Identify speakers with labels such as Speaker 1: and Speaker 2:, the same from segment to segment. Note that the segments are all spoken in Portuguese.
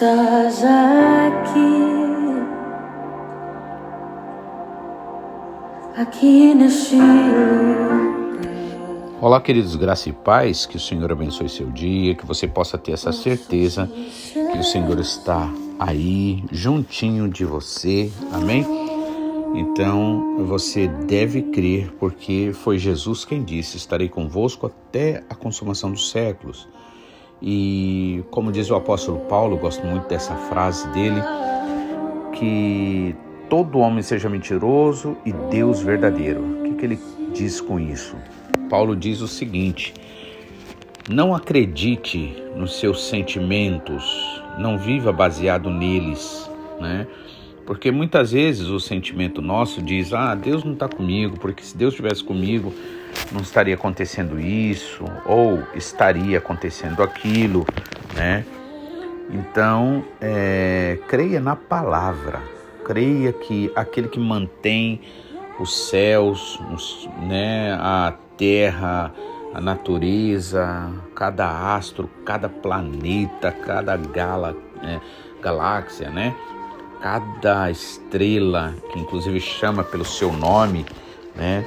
Speaker 1: estás aqui neste lugar.
Speaker 2: Olá, queridos, graça e paz, que o Senhor abençoe seu dia, que você possa ter essa certeza que o Senhor está aí, juntinho de você, amém? Então, você deve crer, porque foi Jesus quem disse, estarei convosco até a consumação dos séculos. E como diz o apóstolo Paulo, gosto muito dessa frase dele, que todo homem seja mentiroso e Deus verdadeiro. O que ele diz com isso? Paulo diz o seguinte: não acredite nos seus sentimentos, não viva baseado neles, né? Porque muitas vezes o sentimento nosso diz, Deus não está comigo, porque se Deus estivesse comigo, não estaria acontecendo isso, ou estaria acontecendo aquilo, né? Então, creia na palavra, creia que aquele que mantém os céus, né, a terra, a natureza, cada astro, cada planeta, cada galáxia, né? Cada estrela, que inclusive chama pelo seu nome, né?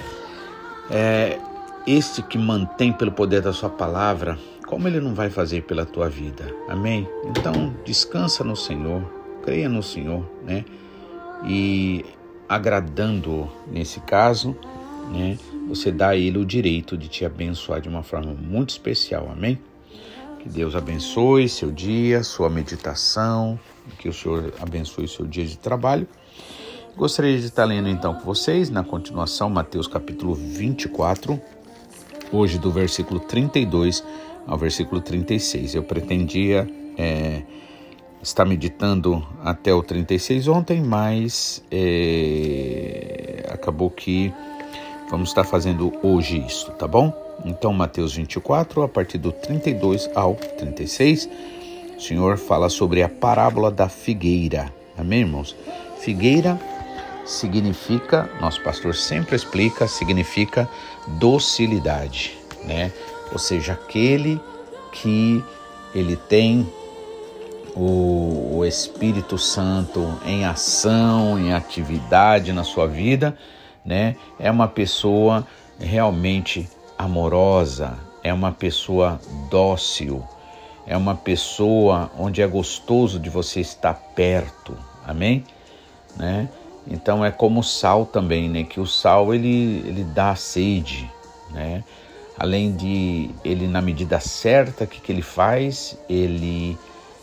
Speaker 2: Este que mantém pelo poder da sua palavra, como ele não vai fazer pela tua vida? Amém? Então, descansa no Senhor, creia no Senhor, né? E agradando-o nesse caso, né? Você dá a ele o direito de te abençoar de uma forma muito especial, amém? Que Deus abençoe seu dia, sua meditação, que o Senhor abençoe seu dia de trabalho. Gostaria de estar lendo então com vocês, na continuação, Mateus capítulo 24, hoje do versículo 32 ao versículo 36. Eu pretendia estar meditando até o 36 ontem, mas acabou que vamos estar fazendo hoje isso, tá bom? Então, Mateus 24, a partir do 32 ao 36, o Senhor fala sobre a parábola da figueira. Amém, irmãos? Figueira significa, nosso pastor sempre explica, significa docilidade, né? Ou seja, aquele que ele tem o Espírito Santo em ação, em atividade na sua vida, né? É uma pessoa realmente amorosa, é uma pessoa dócil, é uma pessoa onde é gostoso de você estar perto, amém? Né? Então é como o sal também, né? Que o sal ele dá sede, né? Além de ele, na medida certa que ele faz, ele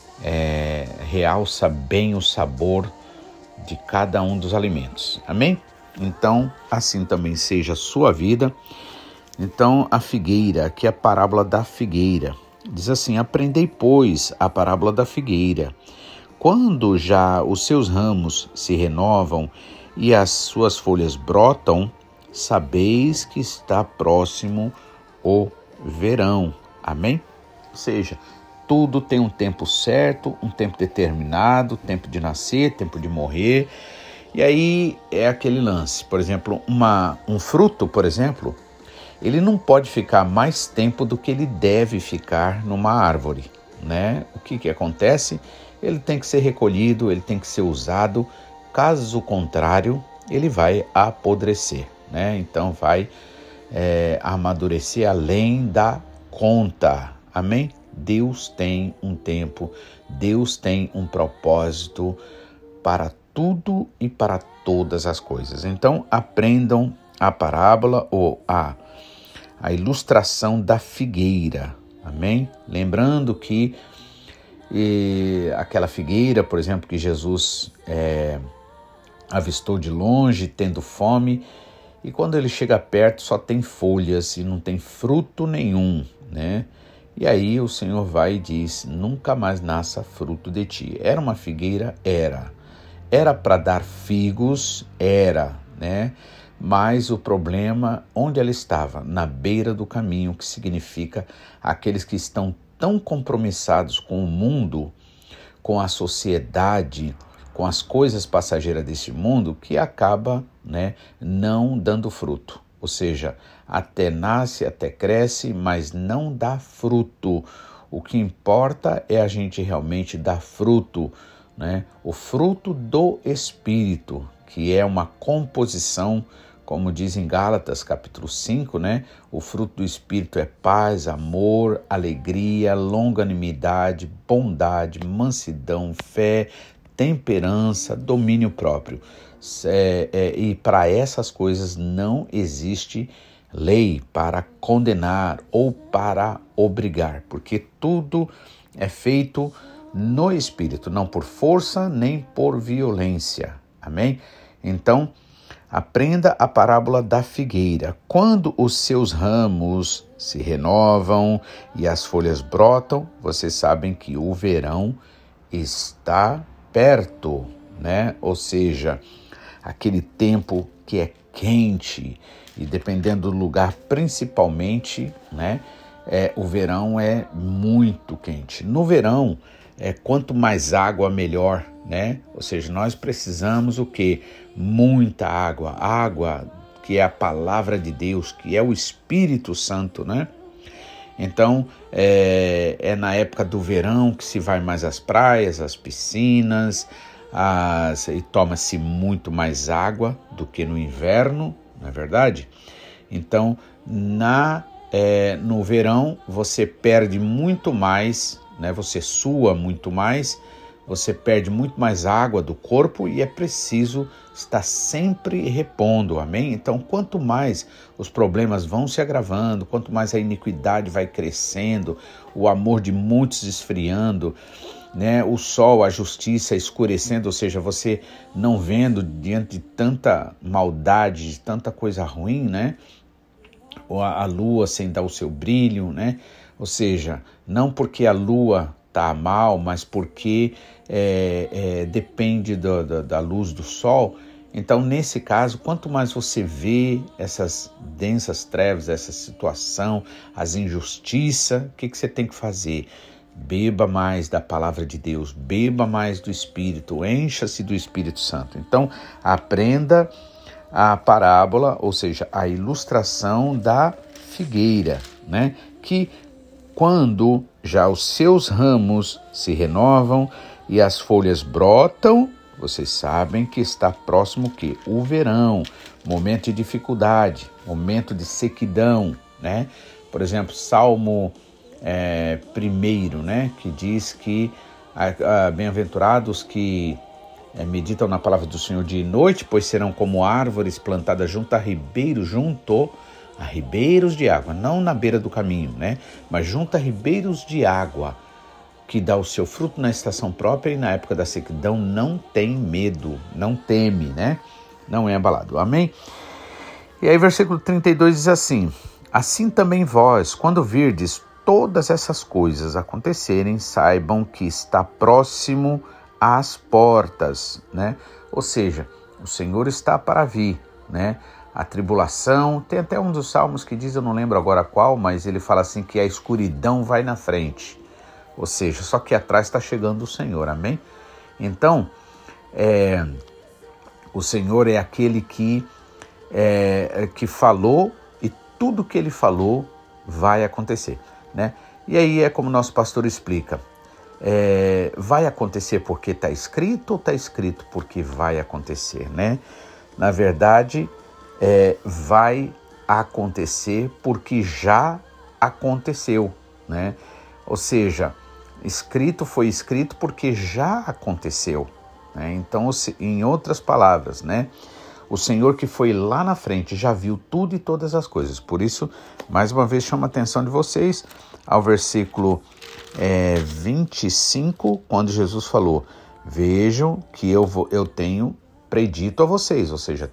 Speaker 2: realça bem o sabor de cada um dos alimentos, amém? Então, assim também seja a sua vida. Então, a figueira, que é a parábola da figueira, diz assim: aprendei, pois, a parábola da figueira. Quando já os seus ramos se renovam e as suas folhas brotam, sabeis que está próximo o verão. Amém? Ou seja, tudo tem um tempo certo, um tempo determinado, tempo de nascer, tempo de morrer. E aí é aquele lance, por exemplo, um fruto, por exemplo, ele não pode ficar mais tempo do que ele deve ficar numa árvore, né? O que acontece? Ele tem que ser recolhido, ele tem que ser usado, caso contrário, ele vai apodrecer, né? Então vai amadurecer além da conta, amém? Deus tem um tempo, Deus tem um propósito para tudo e para todas as coisas. Então, aprendam a parábola ou a ilustração da figueira, amém? Lembrando que aquela figueira, por exemplo, que Jesus avistou de longe, tendo fome, e quando ele chega perto só tem folhas e não tem fruto nenhum, né? E aí o Senhor vai e diz: nunca mais nasça fruto de ti. Era uma figueira? Era para dar figos? Era, né? Mas o problema, onde ela estava? Na beira do caminho, que significa aqueles que estão tão compromissados com o mundo, com a sociedade, com as coisas passageiras desse mundo, que acaba, né, não dando fruto. Ou seja, até nasce, até cresce, mas não dá fruto. O que importa é a gente realmente dar fruto, né? O fruto do Espírito, que é uma composição, como diz em Gálatas capítulo 5, né? O fruto do Espírito é paz, amor, alegria, longanimidade, bondade, mansidão, fé, temperança, domínio próprio. E para essas coisas não existe lei para condenar ou para obrigar, porque tudo é feito no Espírito, não por força nem por violência. Amém? Então, aprenda a parábola da figueira. Quando os seus ramos se renovam e as folhas brotam, vocês sabem que o verão está perto, né? Ou seja, aquele tempo que é quente e dependendo do lugar, principalmente, né? O verão é muito quente. No verão, quanto mais água, melhor, né? Ou seja, nós precisamos o quê? Muita água. Água que é a palavra de Deus, que é o Espírito Santo, né? Então, é na época do verão que se vai mais às praias, às piscinas, e toma-se muito mais água do que no inverno, não é verdade? Então, no verão, você perde muito mais, né? Você sua muito mais, você perde muito mais água do corpo e é preciso estar sempre repondo, amém? Então, quanto mais os problemas vão se agravando, quanto mais a iniquidade vai crescendo, o amor de muitos esfriando, né? O sol, a justiça escurecendo, ou seja, você não vendo diante de tanta maldade, de tanta coisa ruim, né? Ou a lua sem dar o seu brilho, né? Ou seja, não porque a lua está mal, mas porque depende da luz do sol. Então, nesse caso, quanto mais você vê essas densas trevas, essa situação, as injustiças, o que você tem que fazer? Beba mais da palavra de Deus, beba mais do Espírito, encha-se do Espírito Santo. Então, aprenda a parábola, ou seja, a ilustração da figueira, né? Que quando já os seus ramos se renovam e as folhas brotam, vocês sabem que está próximo o quê? O verão, momento de dificuldade, momento de sequidão, né? Por exemplo, Salmo 1, né? Que diz que bem-aventurados que meditam na palavra do Senhor dia e noite, pois serão como árvores plantadas junto a ribeiros de água, não na beira do caminho, né? Mas junto a ribeiros de água, que dá o seu fruto na estação própria e na época da sequidão não tem medo, não teme, né? Não é abalado, amém? E aí versículo 32 diz assim: assim também vós, quando virdes todas essas coisas acontecerem, saibam que está próximo às portas, né? Ou seja, o Senhor está para vir, né? A tribulação, tem até um dos salmos que diz, eu não lembro agora qual, mas ele fala assim que a escuridão vai na frente, ou seja, só que atrás está chegando o Senhor, amém? Então, o Senhor é aquele que falou e tudo que ele falou vai acontecer, né? E aí é como nosso pastor explica, vai acontecer porque está escrito ou está escrito porque vai acontecer, né? Na verdade, vai acontecer porque já aconteceu, né? Ou seja, foi escrito porque já aconteceu, né? Então, em outras palavras, né? O Senhor que foi lá na frente já viu tudo e todas as coisas. Por isso, mais uma vez, chamo a atenção de vocês ao versículo 25, quando Jesus falou: vejam que eu tenho predito a vocês, ou seja,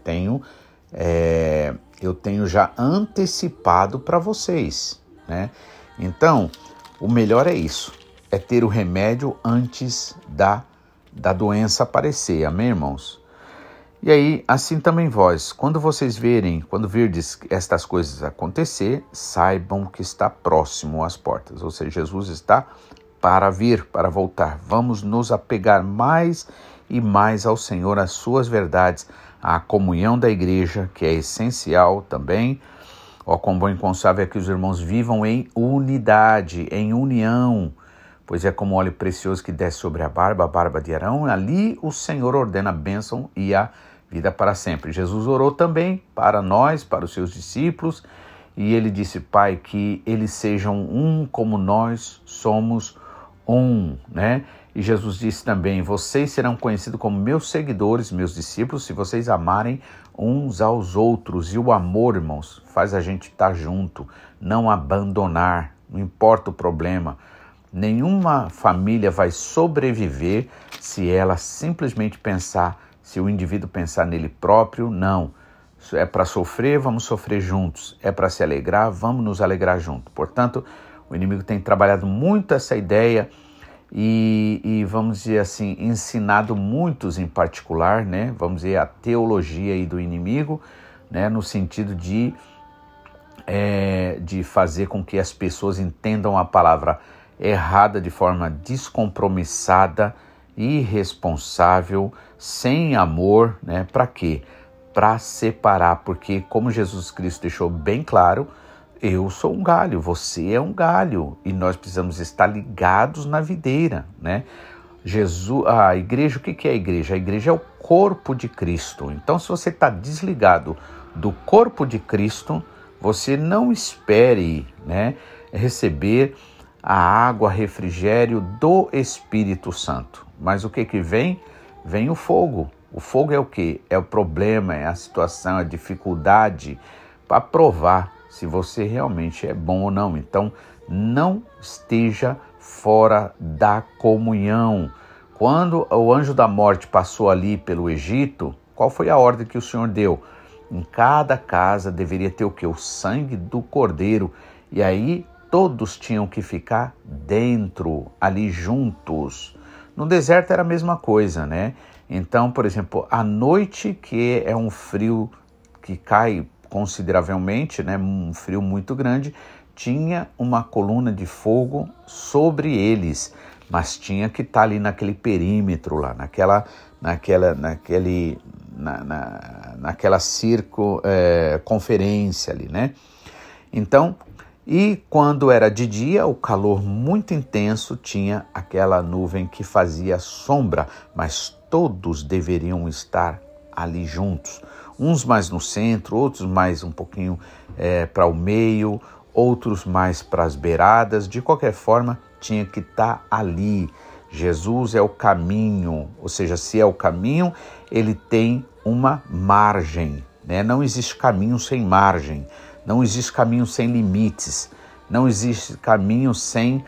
Speaker 2: eu tenho já antecipado para vocês, né? Então, o melhor é isso, é ter o remédio antes da doença aparecer, amém, irmãos? E aí, assim também vós, quando virdes estas coisas acontecer, saibam que está próximo às portas, ou seja, Jesus está para vir, para voltar. Vamos nos apegar mais e mais ao Senhor, às suas verdades, à comunhão da igreja, que é essencial também, Ó, quão bom e quão sábio é que os irmãos vivam em unidade, em união, pois é como óleo precioso que desce sobre a barba de Arão, ali o Senhor ordena a bênção e a vida para sempre. Jesus orou também para nós, para os seus discípulos, e ele disse, Pai, que eles sejam um como nós somos um, né? E Jesus disse também, vocês serão conhecidos como meus seguidores, meus discípulos, se vocês amarem uns aos outros. E o amor, irmãos, faz a gente estar junto, não abandonar, não importa o problema. Nenhuma família vai sobreviver se ela simplesmente pensar, se o indivíduo pensar nele próprio, não. É para sofrer, vamos sofrer juntos. É para se alegrar, vamos nos alegrar juntos. Portanto, o inimigo tem trabalhado muito essa ideia e vamos dizer assim, ensinado muitos em particular, né? Vamos dizer, a teologia aí do inimigo, né? No sentido de fazer com que as pessoas entendam a palavra errada de forma descompromissada, irresponsável, sem amor, né? Para quê? Para separar, porque como Jesus Cristo deixou bem claro, eu sou um galho, você é um galho e nós precisamos estar ligados na videira, né? A igreja, o que é a igreja? A igreja é o corpo de Cristo. Então, se você está desligado do corpo de Cristo, você não espere, né, receber a água, refrigério do Espírito Santo. Mas o que vem? Vem o fogo. O fogo é o quê? É o problema, é a situação, a dificuldade para provar se você realmente é bom ou não. Então, não esteja fora da comunhão. Quando o anjo da morte passou ali pelo Egito, qual foi a ordem que o Senhor deu? Em cada casa deveria ter o quê? O sangue do cordeiro. E aí todos tinham que ficar dentro, ali juntos. No deserto era a mesma coisa, né? Então, por exemplo, à noite, que é um frio que cai consideravelmente, né, um frio muito grande, tinha uma coluna de fogo sobre eles, mas tinha que estar ali naquele perímetro lá, naquela circunferência ali, né? Então, e quando era de dia, o calor muito intenso, tinha aquela nuvem que fazia sombra, mas todos deveriam estar ali juntos. Uns mais no centro, outros mais um pouquinho para o meio, outros mais para as beiradas. De qualquer forma, tinha que estar ali. Jesus é o caminho, ou seja, se é o caminho, ele tem uma margem, né? Não existe caminho sem margem, não existe caminho sem limites, não existe caminho sem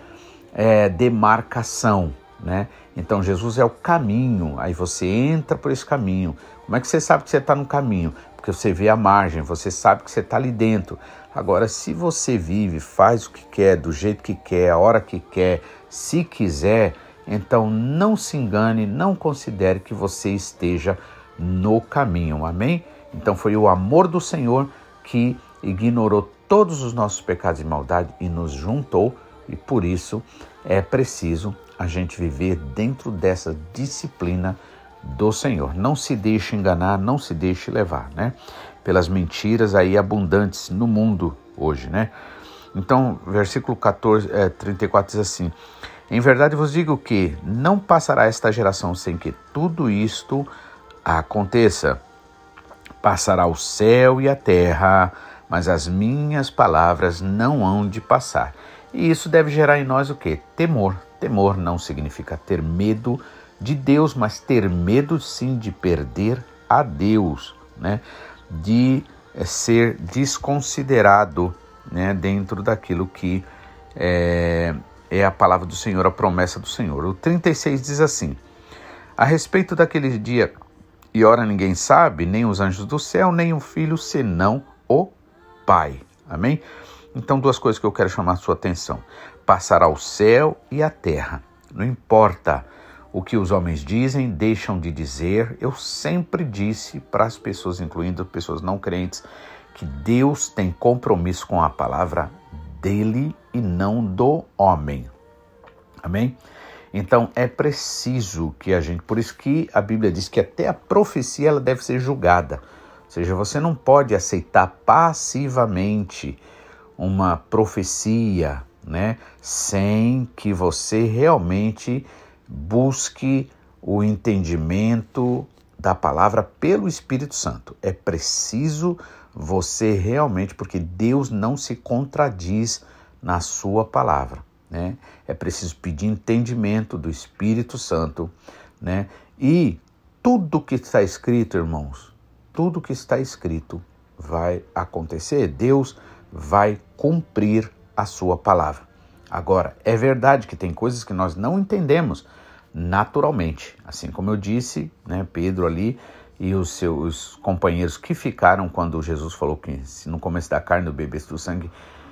Speaker 2: demarcação, né? Então Jesus é o caminho, aí você entra por esse caminho. Como é que você sabe que você está no caminho? Porque você vê a margem, você sabe que você está ali dentro. Agora, se você vive, faz o que quer, do jeito que quer, a hora que quer, se quiser, então não se engane, não considere que você esteja no caminho, amém? Então foi o amor do Senhor que ignorou todos os nossos pecados e maldade e nos juntou, e por isso é preciso a gente viver dentro dessa disciplina do Senhor. Não se deixe enganar, não se deixe levar, né? Pelas mentiras aí abundantes no mundo hoje, né? Então, versículo 34 diz assim: em verdade vos digo que não passará esta geração sem que tudo isto aconteça. Passará o céu e a terra, mas as minhas palavras não hão de passar. E isso deve gerar em nós o quê? Temor. Temor não significa ter medo de Deus, mas ter medo sim de perder a Deus, né? De ser desconsiderado, né? Dentro daquilo que é a palavra do Senhor, a promessa do Senhor. O 36 diz assim: a respeito daquele dia e hora ninguém sabe, nem os anjos do céu, nem o Filho, senão o Pai. Amém? Então, duas coisas que eu quero chamar a sua atenção. Passará o céu e a terra. Não importa o que os homens dizem, deixam de dizer. Eu sempre disse para as pessoas, incluindo pessoas não crentes, que Deus tem compromisso com a palavra dele e não do homem. Amém? Então, é preciso que a gente... Por isso que a Bíblia diz que até a profecia ela deve ser julgada. seja, você não pode aceitar passivamente uma profecia, né, sem que você realmente busque o entendimento da palavra pelo Espírito Santo. É preciso você realmente, porque Deus não se contradiz na sua palavra, né? É preciso pedir entendimento do Espírito Santo, né? E tudo que está escrito, irmãos, tudo que está escrito vai acontecer. Deus vai cumprir a sua palavra. Agora, é verdade que tem coisas que nós não entendemos naturalmente. Assim como eu disse, né, Pedro ali e os seus companheiros que ficaram quando Jesus falou que se não comesse da carne ou bebesse do sangue,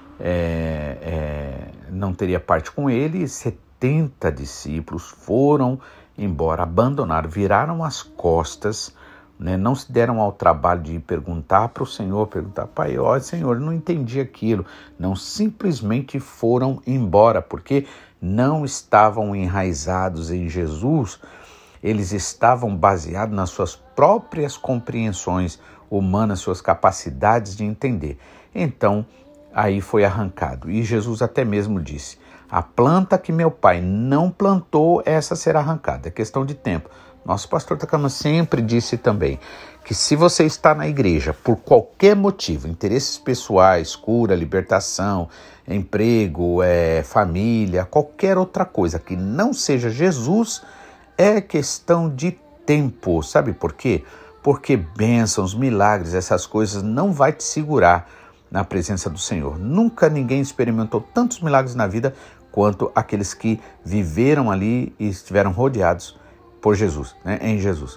Speaker 2: não teria parte com ele. 70 discípulos foram embora, abandonaram, viraram as costas, né, não se deram ao trabalho de perguntar para o Senhor, perguntar, Pai, ó Senhor, eu não entendi aquilo. Não, simplesmente foram embora, porque não estavam enraizados em Jesus, eles estavam baseados nas suas próprias compreensões humanas, suas capacidades de entender. Então, aí foi arrancado. E Jesus até mesmo disse, a planta que meu pai não plantou, essa será arrancada. É questão de tempo. Nosso pastor Takama sempre disse também que se você está na igreja por qualquer motivo, interesses pessoais, cura, libertação, emprego, família, qualquer outra coisa que não seja Jesus, é questão de tempo. Sabe por quê? Porque bênçãos, milagres, essas coisas não vai te segurar na presença do Senhor. Nunca ninguém experimentou tantos milagres na vida quanto aqueles que viveram ali e estiveram rodeados por Jesus, né, em Jesus.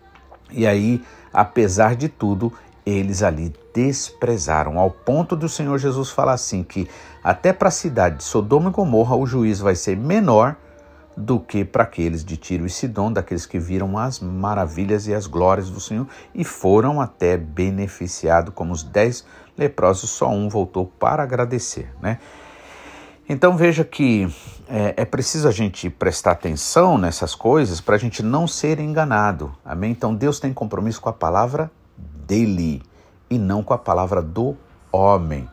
Speaker 2: E aí, apesar de tudo, eles ali desprezaram, ao ponto do Senhor Jesus falar assim, que até para a cidade de Sodoma e Gomorra o juízo vai ser menor do que para aqueles de Tiro e Sidom, daqueles que viram as maravilhas e as glórias do Senhor e foram até beneficiados, como os 10 leprosos, só um voltou para agradecer, né? Então veja que é preciso a gente prestar atenção nessas coisas para a gente não ser enganado, amém? Então Deus tem compromisso com a palavra dele e não com a palavra do homem.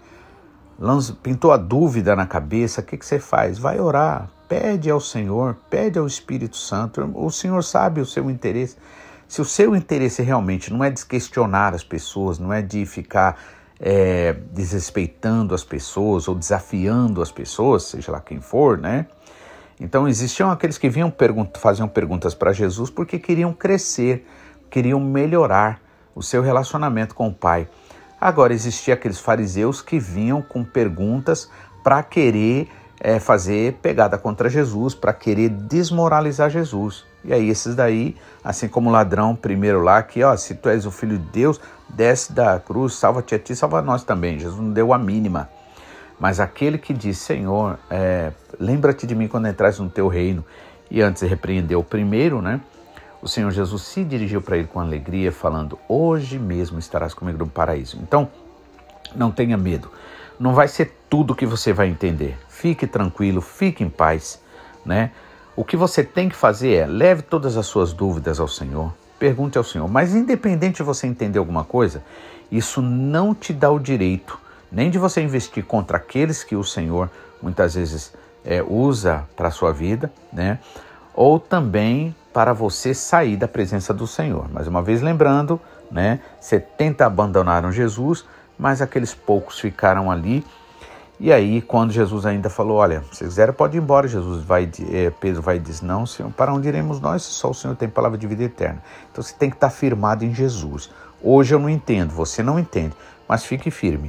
Speaker 2: Pintou a dúvida na cabeça, o que você faz? Vai orar, pede ao Senhor, pede ao Espírito Santo, o Senhor sabe o seu interesse. Se o seu interesse realmente não é de questionar as pessoas, não é de ficar desrespeitando as pessoas ou desafiando as pessoas, seja lá quem for, né? Então existiam aqueles que faziam perguntas para Jesus porque queriam crescer, queriam melhorar o seu relacionamento com o Pai. Agora existiam aqueles fariseus que vinham com perguntas para querer fazer pegada contra Jesus, para querer desmoralizar Jesus. E aí esses daí, assim como o ladrão primeiro lá, que se tu és o Filho de Deus, desce da cruz, salva-te a ti, salva nós também. Jesus não deu a mínima. Mas aquele que diz, Senhor, lembra-te de mim quando entrares no teu reino, e antes repreendeu o primeiro, né? O Senhor Jesus se dirigiu para ele com alegria, falando, hoje mesmo estarás comigo no paraíso. Então, não tenha medo. Não vai ser tudo que você vai entender. Fique tranquilo, fique em paz, né? O que você tem que fazer leve todas as suas dúvidas ao Senhor, pergunte ao Senhor. Mas independente de você entender alguma coisa, isso não te dá o direito nem de você investir contra aqueles que o Senhor muitas vezes usa para a sua vida, né? Ou também para você sair da presença do Senhor. Mais uma vez lembrando, né? 70 abandonaram Jesus, mas aqueles poucos ficaram ali. E aí, quando Jesus ainda falou, olha, se quiser pode ir embora, Pedro vai e diz, não, Senhor, para onde iremos nós? Só o Senhor tem palavra de vida eterna. Então você tem que estar firmado em Jesus. Hoje eu não entendo, você não entende, mas fique firme.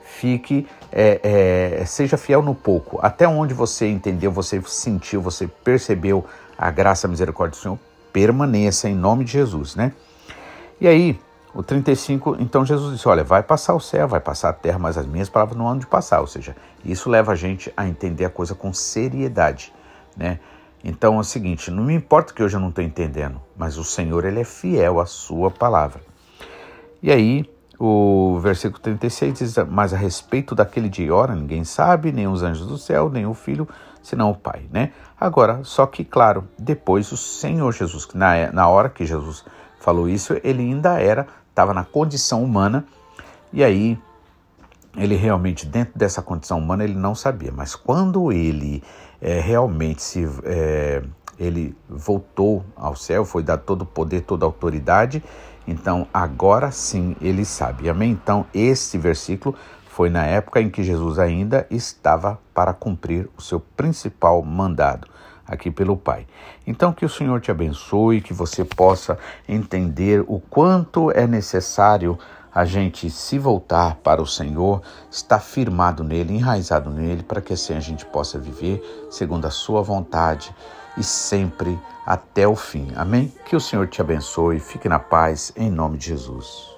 Speaker 2: Seja fiel no pouco. Até onde você entendeu, você sentiu, você percebeu a graça e a misericórdia do Senhor, permaneça em nome de Jesus, né? E aí, o 35, então Jesus disse, olha, vai passar o céu, vai passar a terra, mas as minhas palavras não hão de passar. Ou seja, isso leva a gente a entender a coisa com seriedade, né? Então é o seguinte, não me importa que hoje eu não estou entendendo, mas o Senhor, Ele é fiel à sua palavra. E aí, o versículo 36 diz, mas a respeito daquele dia, ora, ninguém sabe, nem os anjos do céu, nem o Filho, senão o Pai, né? Agora, só que, claro, depois o Senhor Jesus, na hora que Jesus falou isso, ele ainda estava estava na condição humana, e aí ele realmente, dentro dessa condição humana, ele não sabia. Mas quando ele realmente ele voltou ao céu, foi dado todo o poder, toda a autoridade, então agora sim ele sabe. Amém? Então esse versículo foi na época em que Jesus ainda estava para cumprir o seu principal mandado aqui pelo Pai. Então que o Senhor te abençoe, que você possa entender o quanto é necessário a gente se voltar para o Senhor, estar firmado nele, enraizado nele, para que assim a gente possa viver segundo a sua vontade e sempre até o fim. Amém? Que o Senhor te abençoe, fique na paz, em nome de Jesus.